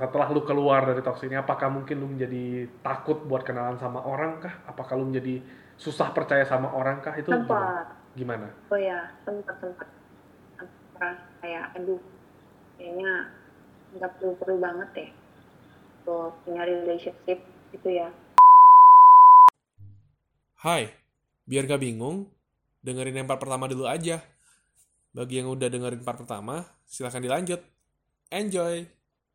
setelah lu keluar dari toksik ini, apakah mungkin lu menjadi takut buat kenalan sama orang kah? Apakah lu menjadi susah percaya sama orang kah? Itu gimana? Sempat. Gimana? Oh ya, sempat merasa kayak aduh kayaknya nggak perlu banget deh untuk punya relationship gitu ya. Hai, biar gak bingung, dengerin yang part pertama dulu aja. Bagi yang udah dengerin part pertama, silahkan dilanjut. Enjoy!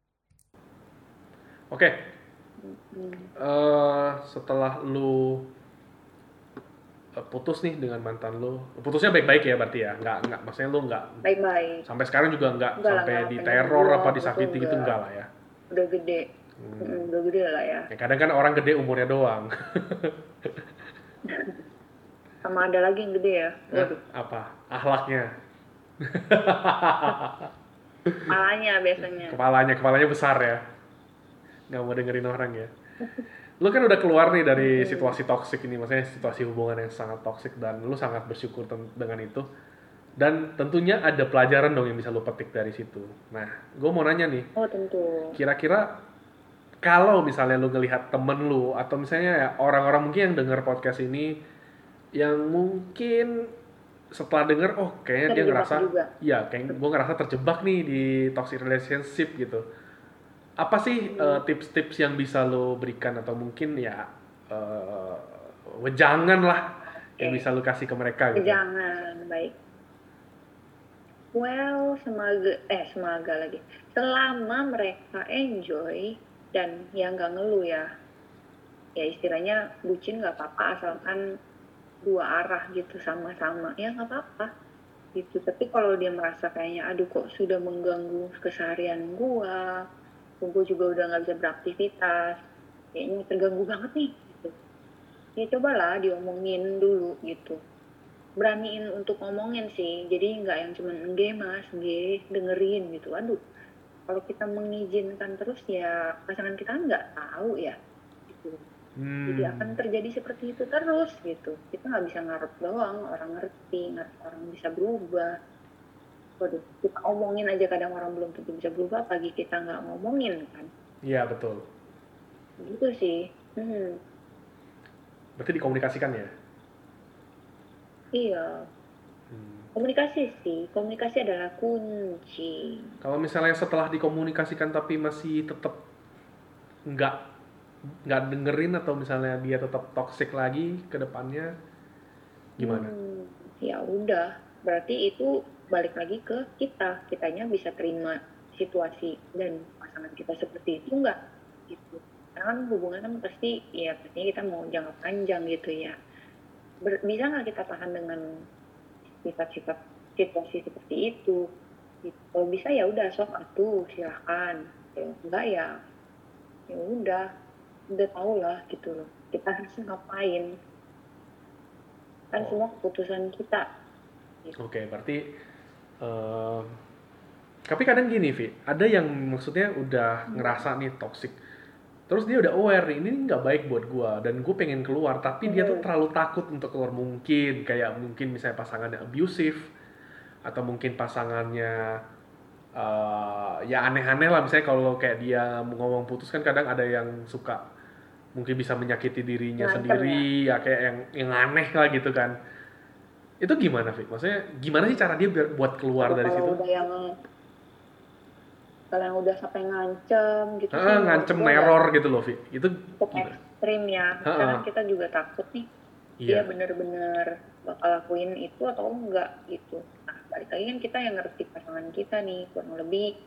Oke, setelah lu putus nih dengan mantan lu, putusnya baik-baik ya berarti ya? Nggak, maksudnya lu nggak, Baik-baik. sampai sekarang juga nggak Enggak lah, sampai nggak di pengen teror apa buang itu disakiti gitu, enggak. enggak lah ya? Udah gede. Udah gede lah ya. Ya kadang kan orang gede umurnya doang. Sama ada lagi yang gede ya. Waduh. Apa? Akhlaknya. Kepalanya biasanya. Kepalanya besar ya. Nggak mau dengerin orang ya. Lu kan udah keluar nih dari situasi toksik ini, maksudnya situasi hubungan yang sangat toksik, dan lu sangat bersyukur dengan itu. Dan tentunya ada pelajaran dong yang bisa lu petik dari situ. Nah, gue mau nanya nih, Oh tentu. kira-kira kalau misalnya lu ngelihat temen lu, atau misalnya ya orang-orang mungkin yang denger podcast ini, yang mungkin setelah denger, oh kayaknya dia Terjebak ngerasa, juga. ya kayak gue ngerasa terjebak nih di toxic relationship gitu. Apa sih tips-tips yang bisa lo berikan, atau mungkin ya wejangan lah yang bisa lo kasih ke mereka gitu? Jangan, baik. Well, semoga lagi. Selama mereka enjoy dan yang nggak ngeluh ya istilahnya bucin nggak apa-apa asalkan dua arah gitu sama-sama ya nggak apa-apa gitu. Tapi kalau dia merasa kayaknya aduh kok sudah mengganggu keseharian gua juga udah nggak bisa beraktivitas, kayaknya terganggu banget nih gitu. Ya cobalah diomongin dulu gitu, beraniin untuk ngomongin sih, jadi nggak yang cuman enggak mas, enggak dengerin gitu. Aduh, kalau kita mengizinkan terus ya pasangan kita nggak tahu ya gitu. Jadi akan terjadi seperti itu terus gitu. Kita nggak bisa ngarep doang orang ngerti, ngarep orang bisa berubah. Waduh, kita omongin aja kadang orang belum tentu bisa berubah, apalagi kita nggak ngomongin kan. Iya betul. Gitu sih. Berarti dikomunikasikan ya? Iya. Komunikasi adalah kunci. Kalau misalnya setelah dikomunikasikan tapi masih tetap nggak dengerin, atau misalnya dia tetap toxic lagi ke depannya, gimana? Ya udah, berarti itu balik lagi ke kitanya bisa terima situasi dan pasangan kita seperti itu nggak gitu. Karena kan hubungan kan pastinya kita mau jangka panjang gitu ya. Bisa nggak kita tahan dengan sifat-sifat situasi seperti itu gitu. Kalau bisa ya udah sok atuh silahkan, enggak ya udah tahu lah gitu loh kita harus ngapain kan. Semua keputusan kita gitu. Oke, berarti tapi kadang gini Vi, ada yang maksudnya udah ngerasa nih toxic, terus dia udah aware nih, ini nggak baik buat gue dan gue pengen keluar, tapi dia tuh terlalu takut untuk keluar. Mungkin misalnya pasangannya abusive, atau mungkin pasangannya ya aneh-aneh lah. Misalnya kalau kayak dia ngomong putus kan kadang ada yang suka mungkin bisa menyakiti dirinya sendiri ya kayak yang aneh lah gitu kan. Itu gimana Vi? Maksudnya gimana sih cara dia buat keluar dari situ? Kalau yang udah sampai ngancem gitu sih, ngancem neror gitu loh Vi, itu ekstrim ya. Karena kita juga takut nih dia bener-bener bakal lakuin itu atau enggak gitu. Nah balik lagi kan kita yang ngerti pasangan kita nih, kurang lebih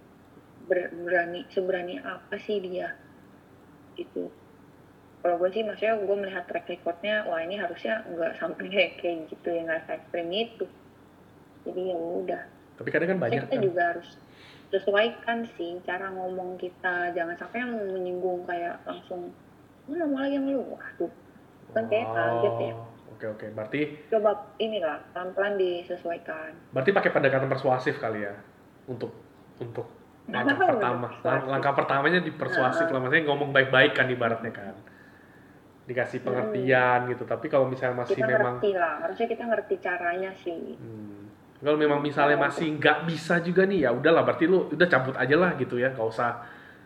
seberani apa sih dia gitu. Kalau gue sih maksudnya gue melihat track recordnya, wah ini harusnya nggak sampai kayak gitu ya, nggak ekstrim itu. Jadi ya udah. Tapi kadang kan banyak kita juga harus sesuaikan sih cara ngomong kita, jangan sampai yang menyinggung kayak langsung mana mau lagi yang lu, waduh kan kayak kaget ya. Oke, berarti coba inilah pelan-pelan disesuaikan. Berarti pakai pendekatan persuasif kali ya untuk langkah pertama. Langkah pertamanya dipersuasif lah, maksudnya ngomong baik-baik kan ibaratnya kan, dikasih pengertian gitu. Tapi kalau misalnya masih kita memang ngerti lah, harusnya kita ngerti caranya sih. Kalau memang misalnya masih nggak bisa juga nih, ya udahlah berarti lu udah cabut aja lah gitu ya, nggak usah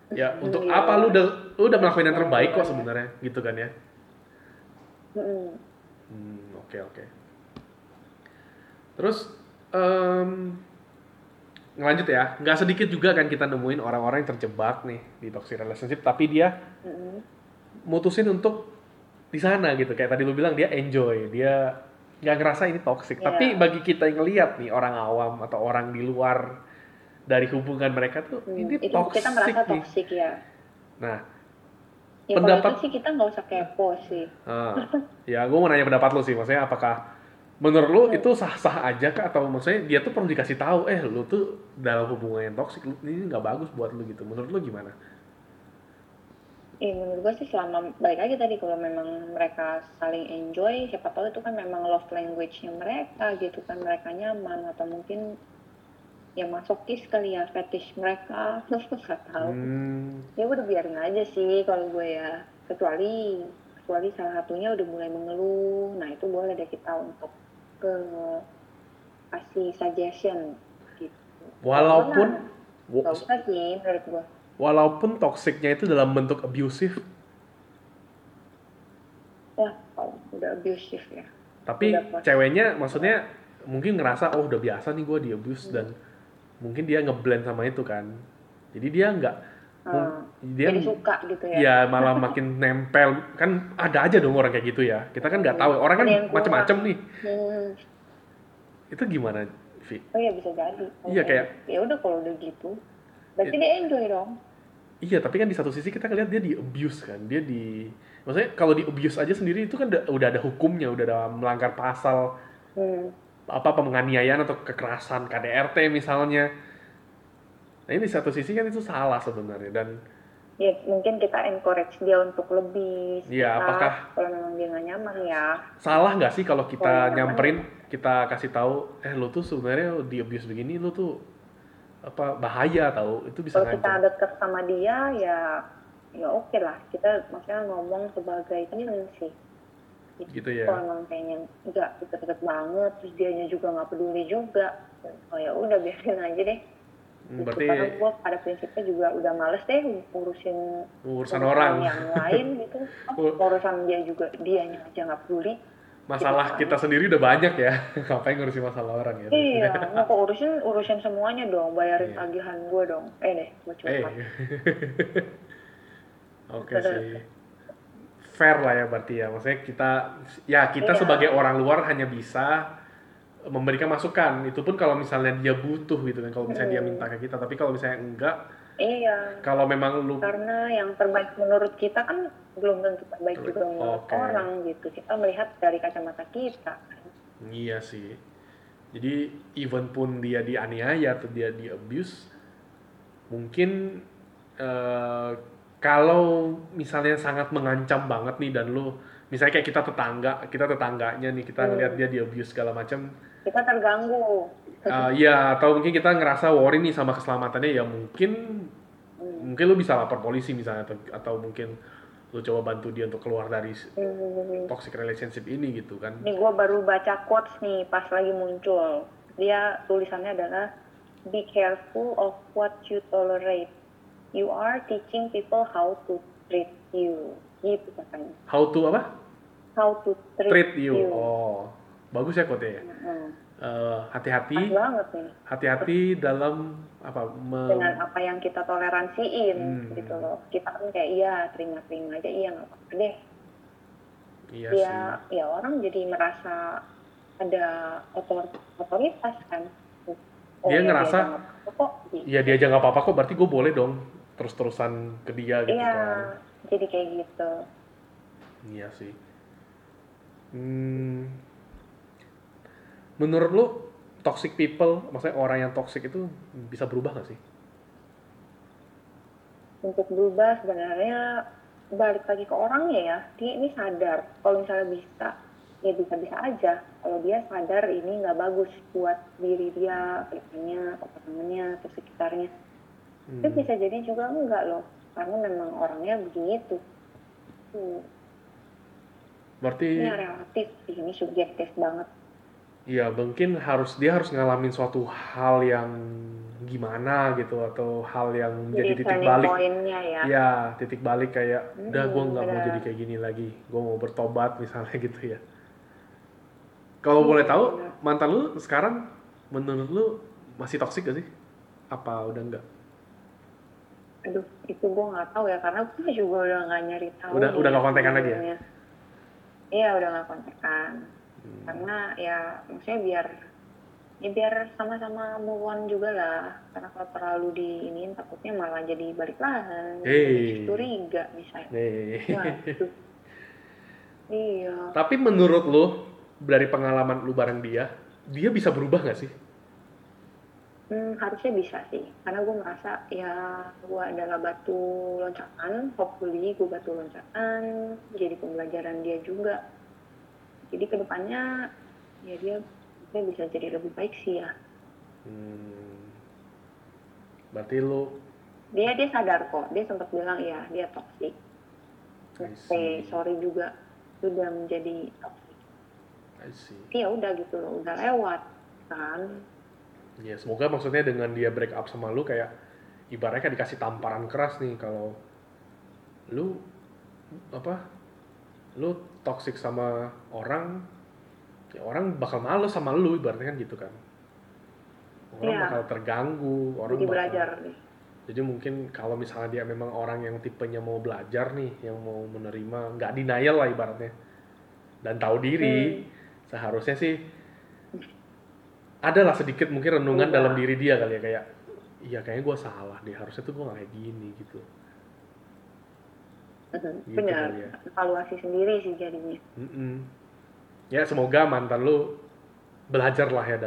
Ya untuk Iya apa lah. lu udah melakukan yang Gimana terbaik kok caranya? sebenarnya gitu kan ya. Mm-mm. Oke oke. Terus em, ngelanjut ya, nggak sedikit juga kan kita nemuin orang-orang yang terjebak nih di toxic relationship, tapi dia Mm-mm. mutusin untuk di sana gitu. Kayak tadi lu bilang dia enjoy, dia nggak ngerasa ini toxic. Tapi Ya, bagi kita yang ngeliat nih orang awam atau orang di luar dari hubungan mereka tuh ini itu kita merasa toxic nih. toksik ya. Nah, Ya kalau itu pendapat sih kita nggak usah kepo sih. ya gue mau nanya pendapat lu sih, maksudnya apakah menurut lu Hmm. itu sah-sah aja kah atau maksudnya dia tuh perlu dikasih tahu lu tuh dalam hubungan yang toksik ini nggak bagus buat lu gitu, menurut lu gimana? Menurut gue sih selama balik lagi tadi kalau memang mereka saling enjoy, siapa tahu itu kan memang love language-nya mereka gitu kan, mereka nyaman atau mungkin ya masokis kali ya fetish mereka, nggak tahu. Hmm, Ya udah biarin aja sih kalau gue ya, kecuali kecuali salah satunya udah mulai mengeluh, nah itu boleh deh kita untuk ke kasih suggestion gitu. Kalau enggak mah walaupun nggak usah sih menurut gue. walaupun toksiknya itu dalam bentuk abusive, Wah kalau udah abusive ya, udah tapi pas. ceweknya maksudnya mungkin ngerasa oh udah biasa nih gue di abuse dan mungkin dia ngeblend sama itu kan, jadi dia nggak Hmm, dia jadi suka gitu ya. ya malah makin nempel kan, ada aja dong orang kayak gitu ya, kita kan nggak tahu orang kan Ada yang kurang. macem-macem nih. Hmm. Itu gimana, Vi? Oh ya bisa jadi kalau Iya kayak kayak gitu. Ya udah kalau udah gitu, berarti dia enjoy dong. iya, tapi kan di satu sisi kita ngeliat dia di abuse kan, dia di maksudnya kalau di abuse aja sendiri itu kan udah ada hukumnya, udah ada melanggar pasal Hmm. apa penganiayaan atau kekerasan KDRT misalnya. Nah ini di satu sisi kan itu salah sebenarnya, dan Ya mungkin kita encourage dia untuk lebih ya speak up apakah kalau memang dia nggak nyaman ya. salah nggak sih kalau Kalau kita nyaman ya. nyamperin, kita kasih tahu lu tuh sebenarnya di abuse begini, lu tuh apa bahaya tahu, itu bisa Kalau kita ngancem deket sama dia ya, ya oke lah. Kita maksudnya ngomong sebagai teman sih. Gitu. gitu ya. Kalau memang kayaknya nggak deket-deket banget, terus dianya juga nggak peduli juga, oh ya udah biarin aja deh. Gitu. Berarti Karena gue pada prinsipnya juga udah males deh ngurusin urusan urusan orang. yang lain gitu. Urusan dia juga dianya aja nggak peduli gitu Masalah kan. kita sendiri udah banyak ya. Ngapain ngurusin masalah orang ya. Iya, mau kok urusin semuanya dong, bayarin Iya. tagihan gue dong. Deh, gue curhat. Oke sih. Fair lah ya berarti ya. Maksudnya kita sebagai Iya, orang luar hanya bisa memberikan masukan. Itu pun kalau misalnya dia butuh gitu kan. Kalau misalnya dia minta mm, ke kita. Tapi kalau misalnya enggak, iya. kalau memang lu Karena yang terbaik menurut kita kan belum tentu terbaik juga menurut oke. orang gitu. Kita melihat dari kacamata kita kan. Iya sih. Jadi even pun dia dianiaya atau dia di abuse, mungkin eh, kalau misalnya sangat mengancam banget nih dan lu misalnya kayak kita tetangganya nih, kita ngelihat Hmm, dia di abuse segala macam, kita terganggu. ya atau mungkin kita ngerasa worry nih sama keselamatannya, ya mungkin Hmm, mungkin lu bisa lapor polisi misalnya, atau mungkin lu coba bantu dia untuk keluar dari hmm. toxic relationship ini gitu kan. Nih gue baru baca quotes nih pas lagi muncul. Dia tulisannya adalah be careful of what you tolerate. You are teaching people how to treat you. Gitu katanya. How to apa? How to treat Treat you. you. Oh, bagus ya quote ya. Hmm. Pas Hati-hati, banget nih. hati-hati dalam apa Dengan apa yang kita toleransiin gitu hmm, loh. Kita kan kayak iya terima-terima aja, iya nggak apa-apa deh. iya Ya, sih. ya orang jadi merasa ada otoritas kan. Oh Dia ya dia ngerasa aja nggak apa-apa kok ya dia gitu. aja nggak apa-apa kok, berarti gue boleh dong terus-terusan ke dia gitu Iya, kan. jadi kayak gitu. Iya sih. Hmm, menurut lu toxic people, maksudnya orang yang toxic itu bisa berubah nggak sih? Untuk berubah sebenarnya balik lagi ke orangnya ya. Dia ini sadar kalau misalnya bisa, ya bisa-bisa aja. Kalau dia sadar ini nggak bagus buat diri dia, keluarganya, pasangannya, atau sekitarnya. Itu Hmm, bisa jadi juga enggak loh, karena memang orangnya begitu. Hmm, berarti ini relatif sih, ini subjektif banget. Iya, mungkin dia harus ngalamin suatu hal yang gimana gitu atau hal yang Jadi menjadi titik turning balik. point-nya ya. Ya, titik balik kayak udah gue nggak mau jadi Benar. kayak gini lagi. Gue mau bertobat misalnya gitu ya. Kalau boleh Iya, tahu, benar. mantan lu sekarang menurut lu masih toksik gak sih? Apa udah enggak? Aduh, itu gue nggak tahu ya, karena gue juga udah nggak nyari tahu Udah nih ya gak kontekan lagi ya? sejujurnya. Iya, udah nggak kontekan. Karena ya, maksudnya biar sama-sama move on juga lah. Karena kalau terlalu diinin, takutnya malah jadi balik lagi, jadi Hei, curiga misalnya. hei. Waduh, iya. Tapi menurut lu dari pengalaman lu bareng dia bisa berubah gak sih? Harusnya bisa sih, karena gue merasa ya gue adalah batu loncatan, hopefully gue batu loncatan, jadi pembelajaran dia juga. Jadi kedepannya ya dia bisa jadi lebih baik sih ya. Hmm, berarti lu, Dia sadar kok, dia sempat bilang ya dia toxic. I Say see, sorry juga sudah menjadi toxic. I see. Ya udah gitu loh, udah lewat kan. Ya semoga maksudnya dengan dia break up sama lu kayak ibaratnya kayak dikasih tamparan keras nih kalau lu apa lu toxic sama orang, ya orang bakal males sama lu ibaratnya kan gitu kan. Orang bakal Ya, terganggu, orang jadi bakal. belajar deh. Jadi mungkin kalau misalnya dia memang orang yang tipenya mau belajar nih, yang mau menerima, nggak denial lah ibaratnya, dan tahu diri, Hmm, seharusnya sih ada lah sedikit mungkin renungan dalam berubah. diri dia kali ya kayak, iya kayaknya gue salah deh, harusnya tuh gue nggak kayak gini gitu, gitu Benar, kali ya. evaluasi sendiri sih jadinya. Mm-mm. Ya semoga mantan lu belajar lah ya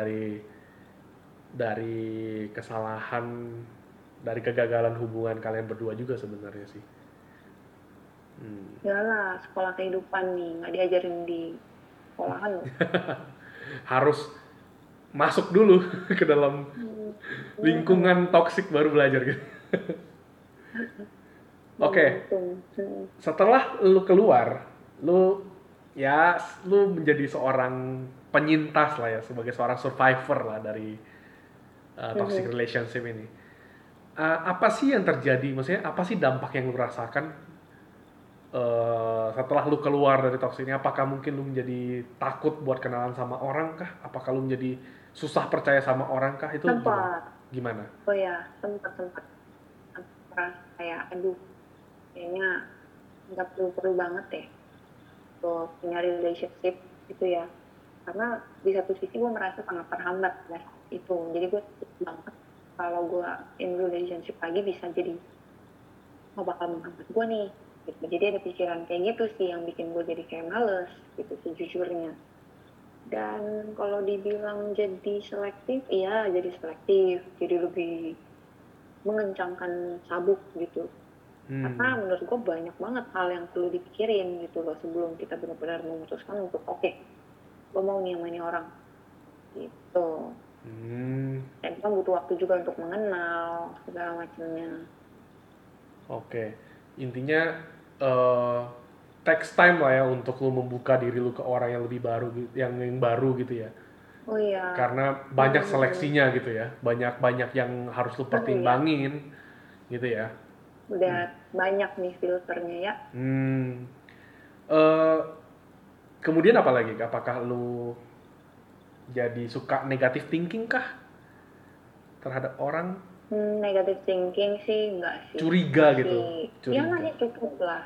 dari kesalahan, dari kegagalan hubungan kalian berdua juga sebenarnya sih. Hmm. Yalah, sekolah kehidupan nih, nggak diajarin di sekolahan loh. Harus masuk dulu ke dalam lingkungan Hmm, toksik baru belajar gitu. Oke, momentum. setelah lu keluar, lu ya lu menjadi seorang penyintas lah ya, sebagai seorang survivor lah dari toxic Mhm. relationship ini. Apa sih yang terjadi? Maksudnya apa sih dampak yang lu rasakan setelah lu keluar dari toxic ini? Apakah mungkin lu menjadi takut buat kenalan sama orang kah? Apakah lu menjadi susah percaya sama orang kah? Itu gimana? Sempat, Gimana? oh ya, sempat merasa kayak, aduh, kayaknya nggak perlu banget deh untuk punya relationship gitu ya. Karena di satu sisi gue merasa sangat terhambat ya itu. Jadi gue takut banget kalau gue in relationship lagi bisa jadi oh bakal menghambat gue nih gitu. Jadi ada pikiran kayak gitu sih yang bikin gue jadi kayak males gitu sejujurnya. Dan kalau dibilang jadi selektif, iya jadi selektif, jadi lebih mengencangkan sabuk gitu. Karena Hmm. menurut gue banyak banget hal yang perlu dipikirin gitu loh sebelum kita benar-benar memutuskan untuk oke, gue mau nih sama ini orang gitu. Hmm. Dan kita butuh waktu juga untuk mengenal segala macamnya. Oke, intinya eh text time lah ya untuk lu membuka diri lu ke orang yang lebih baru, yang baru gitu ya. Oh iya, Karena banyak seleksinya gitu ya, banyak banyak yang harus lu oh iya, pertimbangin gitu ya. udah banyak nih filternya ya. Hmm. eh Kemudian apa lagi? Apakah lu jadi suka negatif thinking kah terhadap orang? Negative thinking sih enggak sih, Curiga masih gitu, ya curiga. masih cukup lah.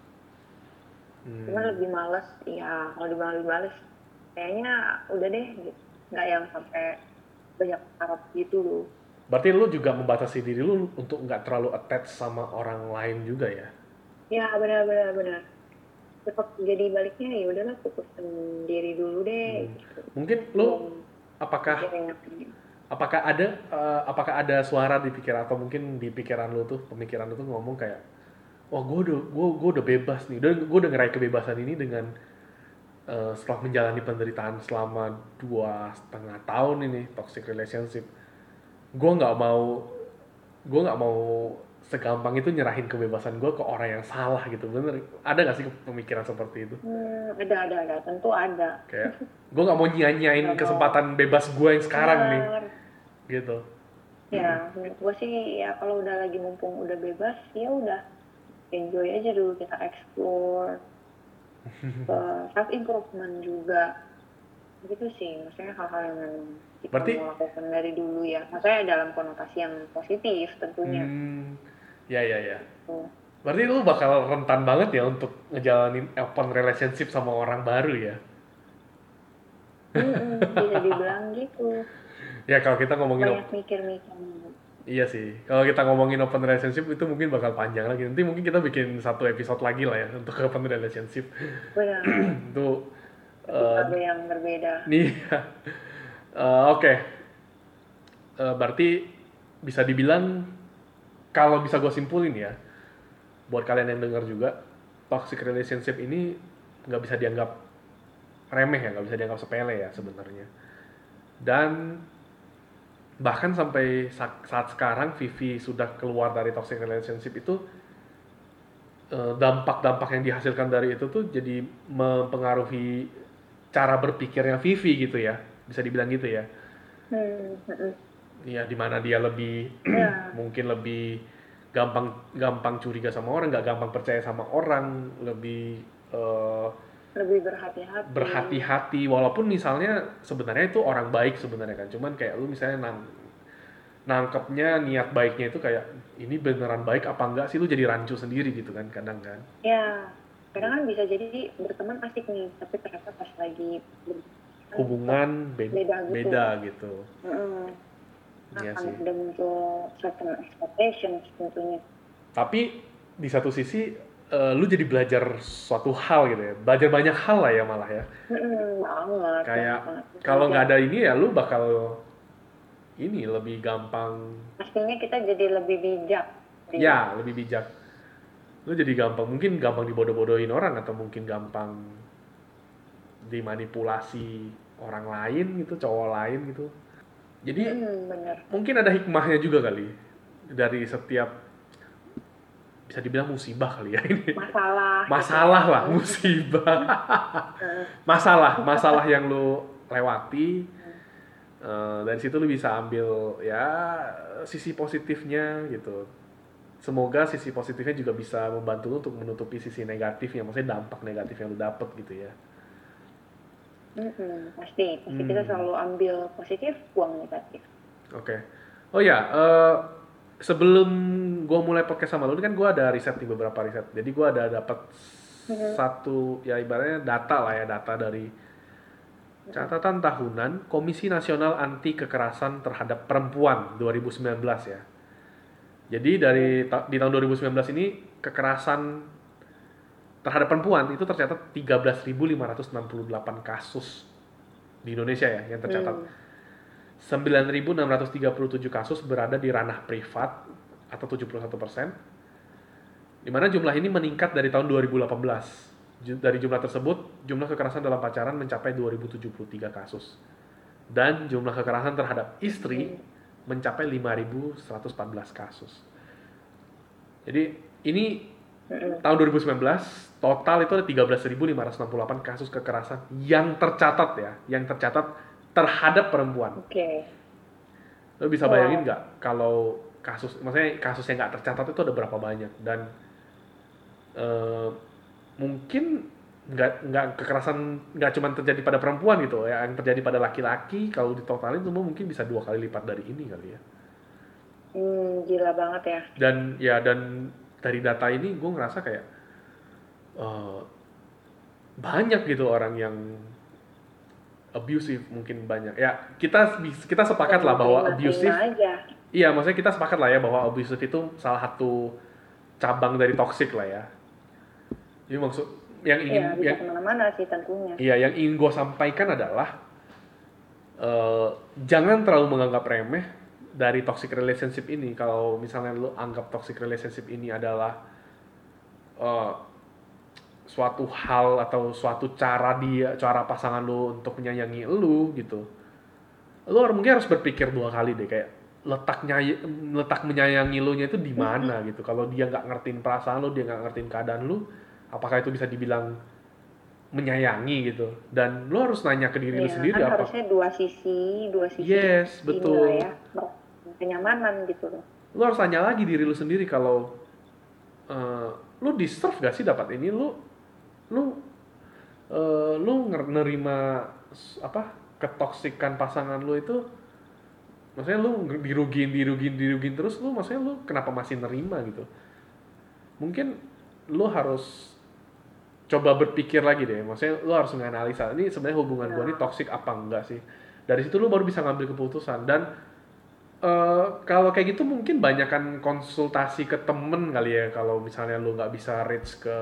Cuman Hmm. lebih males, ya kalau dibilang lebih males, kayaknya udah deh gitu. Nggak yang sampai banyak harap gitu loh. Berarti lu juga membatasi diri lu untuk nggak terlalu attach sama orang lain juga ya? Ya benar-benar benar. Tetap jadi baliknya ya udahlah fokus sendiri dulu deh Hmm. gitu. Mungkin Belum lu apakah mikirin yang lain. apakah ada suara di pikiran atau mungkin di pikiran lu tuh pemikiran lu tuh ngomong kayak, wah gue udah bebas nih, gue udah ngeraih kebebasan ini dengan setelah menjalani penderitaan selama 2,5 tahun ini toxic relationship, gue nggak mau gue nggak mau segampang itu nyerahin kebebasan gue ke orang yang salah gitu, bener? Ada nggak sih pemikiran seperti itu? Ada, tentu ada. Kayak gue nggak mau nyanyain Nggak mau. kesempatan bebas gue yang sekarang nih, Benar. gitu. Ya, menurut gue sih ya kalau udah lagi mumpung udah bebas, ya udah enjoy aja dulu, kita explore, self improvement juga. Begitu sih, maksudnya hal-hal yang memang kita Berarti, mau lakukan dari dulu ya. Maksudnya dalam konotasi yang positif tentunya. ya. Tuh. Berarti lu bakal rentan banget ya untuk ngejalanin open relationship sama orang baru ya? Bisa dibilang gitu. Ya kalau kita ngomongin Banyak mikir-mikir. iya sih, kalau kita ngomongin open relationship itu mungkin bakal panjang lagi. Nanti mungkin kita bikin satu episode lagi lah ya untuk open relationship. Benar, Itu episode yang berbeda. nih, oke. Berarti bisa dibilang kalau bisa gue simpulin ya, buat kalian yang dengar juga, toxic relationship ini nggak bisa dianggap remeh ya, nggak bisa dianggap sepele ya sebenarnya. Dan bahkan sampai saat sekarang Vivi sudah keluar dari toxic relationship itu, dampak-dampak yang dihasilkan dari itu tuh jadi mempengaruhi cara berpikirnya Vivi gitu ya, bisa dibilang gitu ya. Ya dimana dia lebih Ya, mungkin lebih gampang curiga sama orang, nggak gampang percaya sama orang, lebih lebih berhati-hati. berhati-hati walaupun misalnya sebenarnya itu orang baik sebenarnya kan, cuman kayak lu misalnya nangkepnya niat baiknya itu kayak ini beneran baik apa enggak sih, lu jadi rancu sendiri gitu kan kadang kan. Ya, kadang kan bisa jadi berteman asik nih, tapi ternyata pas lagi Hubungan beda gitu. beda gitu. Iya Akan sih. ada muncul certain expectations tentunya. Tapi di satu sisi lu jadi belajar suatu hal gitu ya, belajar banyak hal lah ya malah ya. Banget. Kayak banget. kalau nggak ada ini ya lu bakal ini lebih gampang. Pastinya kita jadi lebih bijak. Ya, lebih bijak. Lu jadi mungkin gampang dibodoh-bodohin orang atau mungkin gampang dimanipulasi orang lain gitu, cowok lain gitu. Jadi Bener. mungkin ada hikmahnya juga kali dari setiap, bisa dibilang musibah kali ya ini. Masalah lah, musibah. Masalah yang lu lewati. Dari situ lu bisa ambil ya sisi positifnya gitu. Semoga sisi positifnya juga bisa membantu lu untuk menutupi sisi negatifnya, maksudnya dampak negatif yang lu dapet gitu ya. Pasti kita selalu ambil positif, buang negatif. Oke. Oh ya, sebelum gue mulai podcast sama lu, ini kan gue ada riset nih, beberapa riset. Jadi gue ada dapat satu ya ibaratnya data lah ya, data dari catatan tahunan Komisi Nasional Anti Kekerasan Terhadap Perempuan 2019 ya. Jadi di tahun 2019 ini kekerasan terhadap perempuan itu tercatat 13.568 kasus di Indonesia ya yang tercatat. 9.637 kasus berada di ranah privat atau 71%. Di mana jumlah ini meningkat dari tahun 2018. Dari jumlah tersebut, jumlah kekerasan dalam pacaran mencapai 2.073 kasus. Dan jumlah kekerasan terhadap istri mencapai 5.114 kasus. Jadi ini tahun 2019 total itu ada 13.568 kasus kekerasan yang tercatat ya, yang tercatat terhadap perempuan. Lo bisa bayangin nggak kalau maksudnya kasus yang nggak tercatat itu ada berapa banyak, dan mungkin nggak kekerasan nggak cuma terjadi pada perempuan gitu ya, yang terjadi pada laki-laki kalau ditotalin semua mungkin bisa 2 kali lipat dari ini kali ya. Gila banget ya. Dan dari data ini gue ngerasa kayak banyak gitu orang yang abusive, mungkin banyak ya. Kita sepakat lah bahwa abusive, iya maksudnya kita sepakat lah ya bahwa abusive itu salah satu cabang dari toxic lah ya. Jadi maksud yang ingin bisa kemana-mana sih tentunya. Iya, yang ingin gue sampaikan adalah jangan terlalu menganggap remeh dari toxic relationship ini. Kalau misalnya lu anggap toxic relationship ini adalah suatu hal atau suatu cara pasangan lu untuk menyayangi lu gitu, lu mungkin harus berpikir 2 kali deh, kayak letak menyayangi lo nya itu di mana gitu. Kalau dia nggak ngertiin perasaan lo, dia nggak ngertiin keadaan lo, apakah itu bisa dibilang menyayangi gitu? Dan lo harus nanya ke diri lo Ya sendiri kan apa? harusnya dua sisi Yes, inilah betul. ya, kenyamanan gitu loh. Lo harus tanya lagi diri lo sendiri kalau lo deserve gak sih dapat ini? Lo lu nerima apa ketoksikan pasangan lu itu, maksudnya lu dirugiin terus, lu maksudnya lu kenapa masih nerima gitu? Mungkin lu harus coba berpikir lagi deh, maksudnya lu harus menganalisa ini sebenarnya hubungan gua ini Ya, toksik apa enggak sih. Dari situ lu baru bisa ngambil keputusan. Dan kalau kayak gitu mungkin banyakan konsultasi ke temen kali ya, kalau misalnya lu nggak bisa reach ke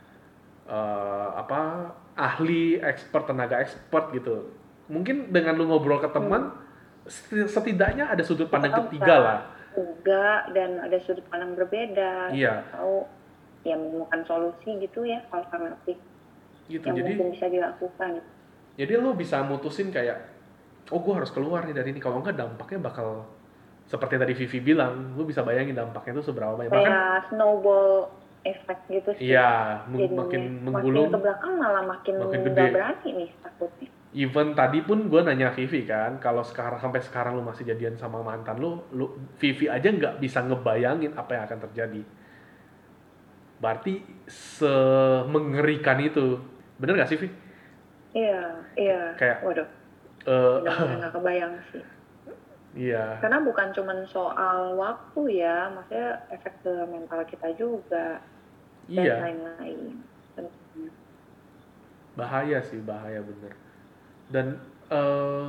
apa ahli expert, tenaga expert gitu. Mungkin dengan lu ngobrol ke teman, setidaknya ada sudut kita pandang kan ketiga bisa lah. juga dan ada sudut pandang berbeda, siapa Iya, tahu ya menemukan solusi gitu ya, alternatif gitu. yang Jadi mungkin bisa dilakukan. lu bisa mutusin kayak, oh gue harus keluar nih dari ini. Kalau enggak dampaknya bakal seperti tadi Vivi bilang, lu bisa bayangin dampaknya itu seberapa banyak. Bahkan Kayak snowball effect gitu sih. iya, makin Jadinya makin ke menggulung, belakang malah makin makin nggak gede. berani nih takutnya. Even tadi pun gue nanya Vivi kan, kalau sekarang sampai sekarang lu masih jadian sama mantan lu Vivi aja nggak bisa ngebayangin apa yang akan terjadi. Berarti semengerikan itu, bener nggak sih Vi? Iya, iya. Kayak, Waduh, eh benar-benar nggak kebayang sih. iya, Karena bukan cuma soal waktu ya, maksudnya efek ke mental kita juga dan iya, lain-lain. Tentunya. bahaya sih, bahaya bener. Dan eh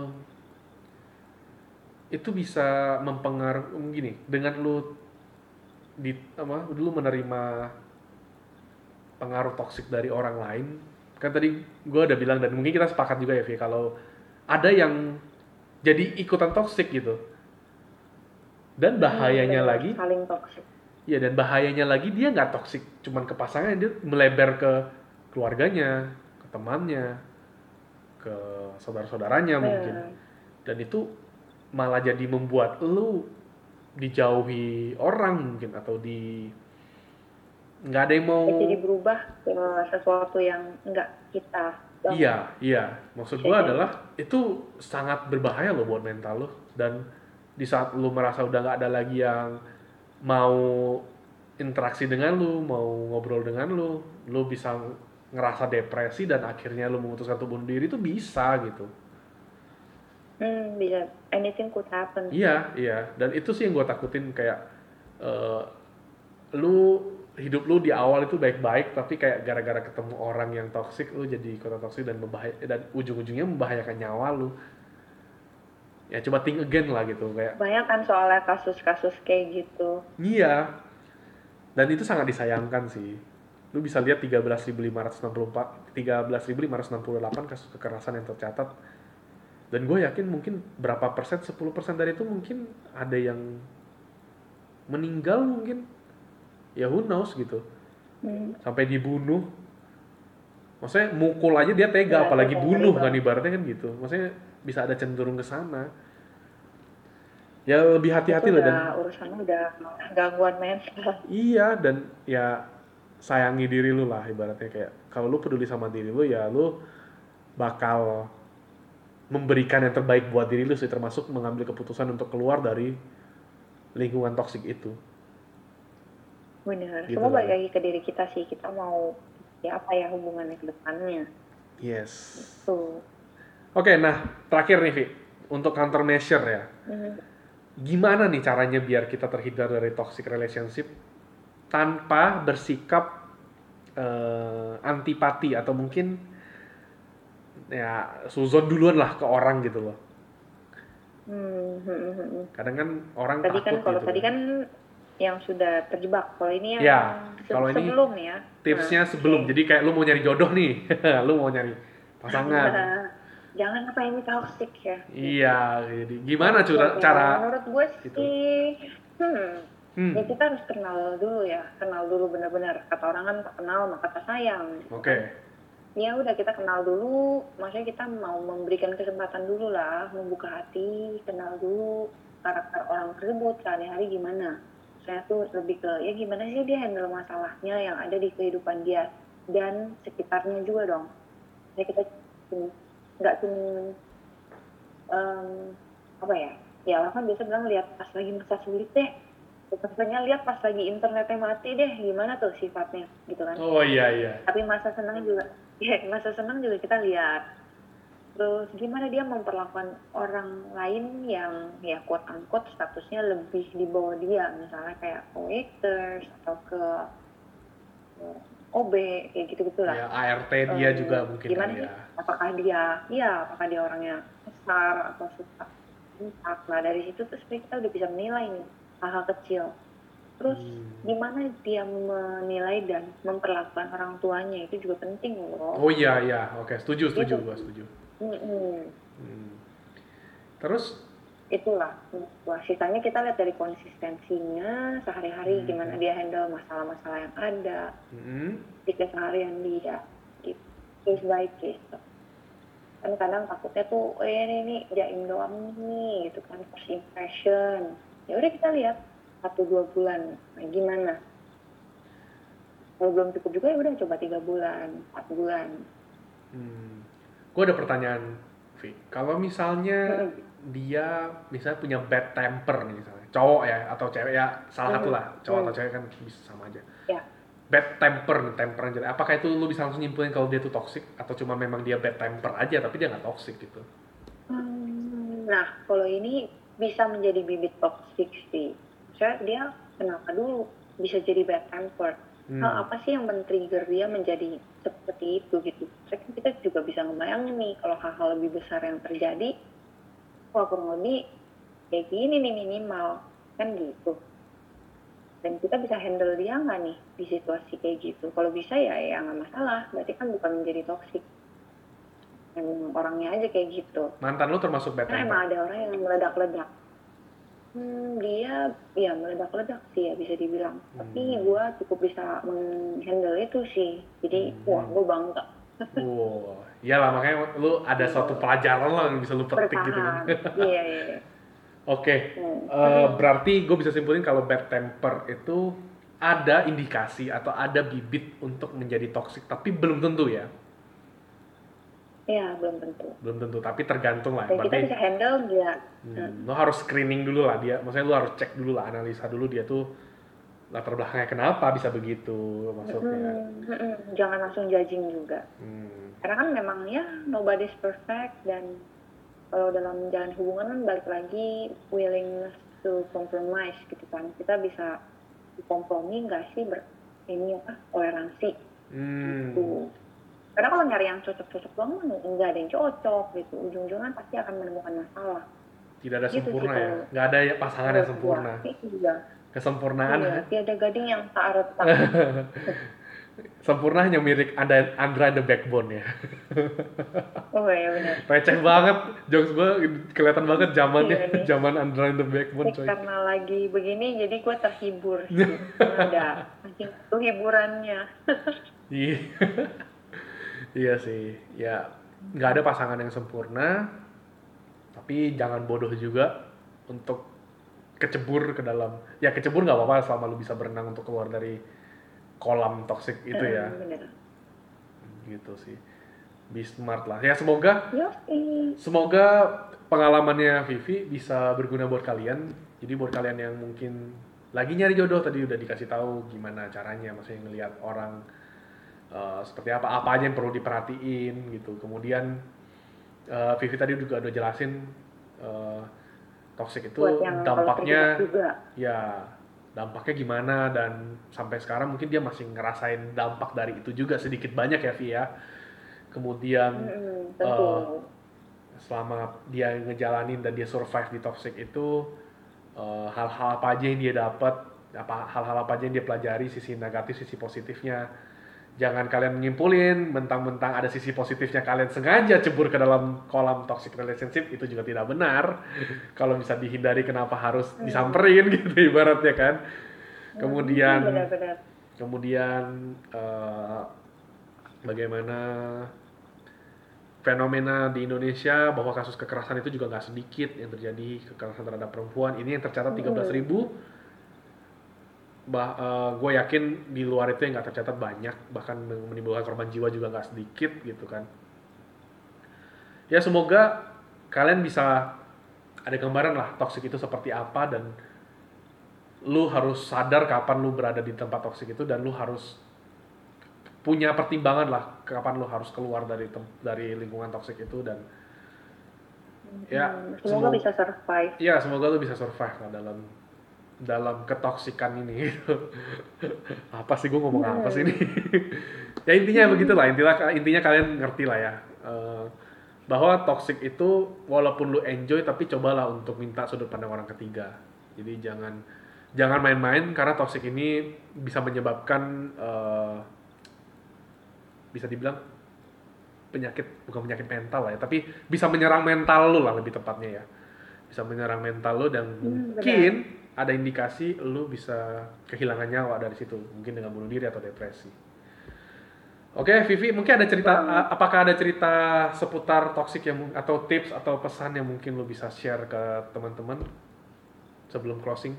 itu bisa mempengaruhi gini, dengan lu di apa dulu menerima pengaruh toksik dari orang lain. Kan tadi gue udah bilang dan mungkin kita sepakat juga ya Vi, kalau ada yang jadi ikutan toksik gitu. Dan bahayanya Benar, lagi, saling toksik. ya dan bahayanya lagi dia nggak toksik cuman ke pasangannya, dia melebar ke keluarganya, ke temannya, ke saudara-saudaranya mungkin. Benar. Dan itu malah jadi membuat lu dijauhi orang mungkin, atau di nggak ada yang mau. Jadi berubah ke sesuatu yang enggak kita bangun. Iya, maksud Bisa gue jadi. adalah itu sangat berbahaya loh buat mental lo. Dan di saat lu merasa udah nggak ada lagi yang mau interaksi dengan lu, mau ngobrol dengan lu bisa ngerasa depresi dan akhirnya lu memutuskan untuk bunuh diri, itu bisa gitu. Bisa. Anything could happen sih. Iya, dan itu sih yang gue takutin, kayak eh, lu hidup lu di awal itu baik-baik, tapi kayak gara-gara ketemu orang yang toksik lu jadi ikutan toksik dan dan ujung-ujungnya membahayakan nyawa lu. Ya coba think again lah gitu, kayak Banyak kan soalnya kasus-kasus kayak gitu. iya. Dan itu sangat disayangkan sih. Lu bisa lihat 13.568 kasus kekerasan yang tercatat. Dan gue yakin mungkin berapa persen, 10% dari itu mungkin ada yang meninggal mungkin. Ya who knows gitu. Hmm. Sampai dibunuh. Maksudnya mukul aja dia tega, Ya, itu apalagi ngeri bunuh kan banget. ibaratnya kan gitu. Maksudnya bisa ada cenderung ke sana. Ya lebih Itu hati-hati lah. Dan udah urusannya udah gangguan mental. iya, dan ya sayangi diri lu lah ibaratnya, kayak kalau lu peduli sama diri lu ya lu bakal memberikan yang terbaik buat diri lu sih, termasuk mengambil keputusan untuk keluar dari lingkungan toksik itu. Bener. Gitu Semua lah balik ya. lagi ke diri kita sih. Kita mau ya apa ya hubungannya ke depannya. Yes. Tuh. Oke, nah terakhir nih Vi, untuk countermeasure ya. Hmm. Gimana nih caranya biar kita terhindar dari toxic relationship tanpa bersikap antipati, atau mungkin ya suzon duluan lah ke orang gitu loh. Kadang kan orang Tadi kan takut kalau gitu tadi kan. kan yang sudah terjebak. Kalau ini yang Ya, kalau ini sebelum ya. Nah, tipsnya oke. sebelum. Jadi kayak lu mau nyari jodoh nih, lu mau nyari pasangan. Jangan apa ini toxic ya. Gitu. Iya, jadi gimana Oke, oke. cara Menurut gue itu? sih, ya Hmm, kita harus kenal dulu ya, kenal dulu benar-benar. Kata orang kan tak kenal maka tak sayang, gitu oke. kan. Ya udah kita kenal dulu, maksudnya kita mau memberikan kesempatan dulu lah, membuka hati, kenal dulu. karakter orang tersebut sehari-hari gimana. Saya tuh lebih ke ya gimana sih dia handle masalahnya yang ada di kehidupan dia dan sekitarnya juga dong. Jadi kita nggak cuma apa ya, ya orang kan biasa bilang lihat pas lagi masa sulit deh, biasanya lihat pas lagi internetnya mati deh gimana tuh sifatnya gitu kan. Oh iya. Tapi masa senang juga ya masa senang juga kita lihat. Terus gimana dia memperlakukan orang lain yang ya quote unquote statusnya lebih di bawah dia, misalnya kayak waiters atau ke OB kayak gitu-gitulah. Ya ART dia juga mungkin Gimana kali sih? ya. Apakah dia orangnya besar atau suka bentak. Nah dari situ tuh sebenarnya kita udah bisa menilai nih hal-hal kecil. Terus gimana dia menilai dan memperlakukan orang tuanya itu juga penting loh. Oh iya, oke, setuju, Gitu. gua setuju. Mm-mm. Terus Itulah. Wah, sisanya kita lihat dari konsistensinya sehari-hari gimana dia handle masalah-masalah yang ada di keseharian dia. Gitu. Case by case. Kan kadang takutnya tuh ini jaim doang nih gitu kan, first impression. Ya udah kita lihat 1-2 bulan. Nah, gimana? Kalau belum cukup juga ya udah coba 3 bulan, 4 bulan. Gue ada pertanyaan, Vi. Kalau misalnya dia misalnya punya bad temper nih misalnya, cowok ya atau cewek ya, salah satu lah, cowok atau cewek kan bisa sama aja. Ya. Bad temper nih, temperan jelek. Apakah itu lu bisa langsung nyimpulin kalau dia tuh toxic atau cuma memang dia bad temper aja tapi dia nggak toxic gitu? Nah, kalau ini bisa menjadi bibit toxic sih. Saya dia kenapa dulu bisa jadi bad temper? Hal apa sih yang men-trigger dia menjadi seperti itu gitu? Saya kan kita juga bisa ngebayangin nih kalau hal-hal lebih besar yang terjadi, wah kurang lebih kayak gini nih minimal kan gitu. Dan kita bisa handle dia nggak nih di situasi kayak gitu? Kalau bisa ya nggak masalah. Berarti kan bukan menjadi toxic. Yang orangnya aja kayak gitu. Mantan lu termasuk bad Karena temper? emang ada orang yang meledak-ledak. Dia ya meledak-ledak sih ya bisa dibilang. Tapi gue cukup bisa menghandle itu sih. Jadi wah gue bangga. Wow, iyalah makanya lu ada suatu pelajaran lah yang bisa lu petik gitu kan. Iya. Oke, berarti gue bisa simpulin kalau bad temper itu ada indikasi atau ada bibit untuk menjadi toxic, tapi belum tentu ya. Iya, belum tentu. Belum tentu, tapi tergantung lah. Dan kita Berarti bisa handle dia. lo harus screening dulu lah dia. Maksudnya lo harus cek dulu lah, analisa dulu dia tuh latar belakangnya kenapa bisa begitu maksudnya. Jangan langsung judging juga. Karena kan memang ya nobody's perfect, dan kalau dalam menjalin hubungan kan balik lagi willingness to compromise gitu kan. Kita bisa kompromi nggak sih toleransi gitu. Karena kalau nyari yang cocok-cocok doang nggak ada yang cocok gitu. Ujung-ujungnya pasti akan menemukan masalah. Tidak ada Gitu sempurna sih, ya. Nggak ada pasangan yang sempurna. Iya. Kesempurnaan. Iya, tiada gading yang tak retak. Sempurna hanya milik Andra the Backbone ya. Oh iya benar. Receh banget, jokes gue kelihatan banget zamannya, Iya, zaman Andra the Backbone coy. Karena lagi begini jadi gue terhibur sih. Ada makin itu hiburannya. Iya. Iya sih, ya nggak ada pasangan yang sempurna, tapi jangan bodoh juga untuk kecebur ke dalam. Ya kecebur nggak apa-apa selama lu bisa berenang untuk keluar dari kolam toksik itu ya. Bener. Gitu sih. Be smart lah. Ya semoga Yoi. pengalamannya Vivi bisa berguna buat kalian. Jadi buat kalian yang mungkin lagi nyari jodoh, tadi udah dikasih tahu gimana caranya, maksudnya ngelihat orang seperti apa aja yang perlu diperhatiin gitu. Kemudian Vivi tadi juga udah jelasin toxic itu dampaknya dampaknya gimana, dan sampai sekarang mungkin dia masih ngerasain dampak dari itu juga sedikit banyak ya Vi ya. Kemudian selama dia ngejalanin dan dia survive di toxic itu, hal-hal apa aja yang dia dapat, hal-hal apa aja yang dia pelajari, sisi negatif, sisi positifnya. Jangan kalian menyimpulin mentang-mentang ada sisi positifnya kalian sengaja cebur ke dalam kolam toxic relationship, itu juga tidak benar. Kalau bisa dihindari kenapa harus disamperin gitu ibaratnya kan. Kemudian bagaimana fenomena di Indonesia bahwa kasus kekerasan itu juga nggak sedikit yang terjadi, kekerasan terhadap perempuan. Ini yang tercatat 13.000. Gue yakin di luar itu yang nggak tercatat banyak, bahkan menimbulkan korban jiwa juga nggak sedikit gitu kan. Ya semoga kalian bisa ada gambaran lah toxic itu seperti apa, dan lu harus sadar kapan lu berada di tempat toxic itu, dan lu harus punya pertimbangan lah kapan lu harus keluar dari lingkungan toxic itu. Dan ya Semoga bisa survive. Ya semoga lu bisa survive lah dalam ketoksikan ini gitu. Apa sih gue ngomong apa sih ini? Ya intinya begitulah, intinya kalian ngerti lah ya. Bahwa toxic itu walaupun lu enjoy, tapi cobalah untuk minta sudut pandang orang ketiga. Jadi jangan main-main, karena toxic ini bisa menyebabkan bisa dibilang bukan penyakit mental lah ya, tapi bisa menyerang mental lu lah lebih tepatnya ya. Bisa menyerang mental lu, dan mungkin ada indikasi lu bisa kehilangan nyawa dari situ, mungkin dengan bunuh diri atau depresi. Oke, Vivi, mungkin ada cerita, apakah ada cerita seputar toxic yang atau tips atau pesan yang mungkin lu bisa share ke teman-teman sebelum closing?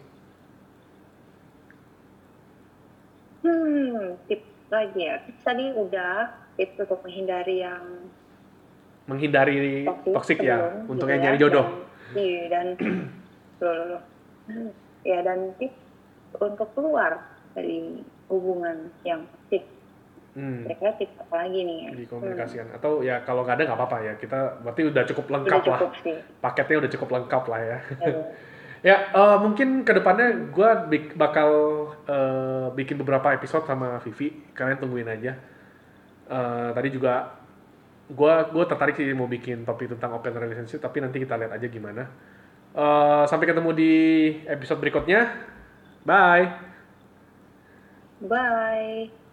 Tips lagi ya. Tadi udah tips untuk menghindari toxic ya, untuk gitu yang nyari jodoh. Dan ya, dan tips untuk keluar dari hubungan yang toxic. Kira-kira tips apa lagi nih ya? Dikomunikasikan. Atau ya kalau nggak ada nggak apa-apa ya, kita berarti udah cukup lengkap lah. Paketnya udah cukup lengkap lah ya. Ya, mungkin kedepannya gue bakal bikin beberapa episode sama Vivi, kalian tungguin aja. Tadi juga gue tertarik sih mau bikin topik tentang open relationship, tapi nanti kita lihat aja gimana. Sampai ketemu di episode berikutnya. Bye.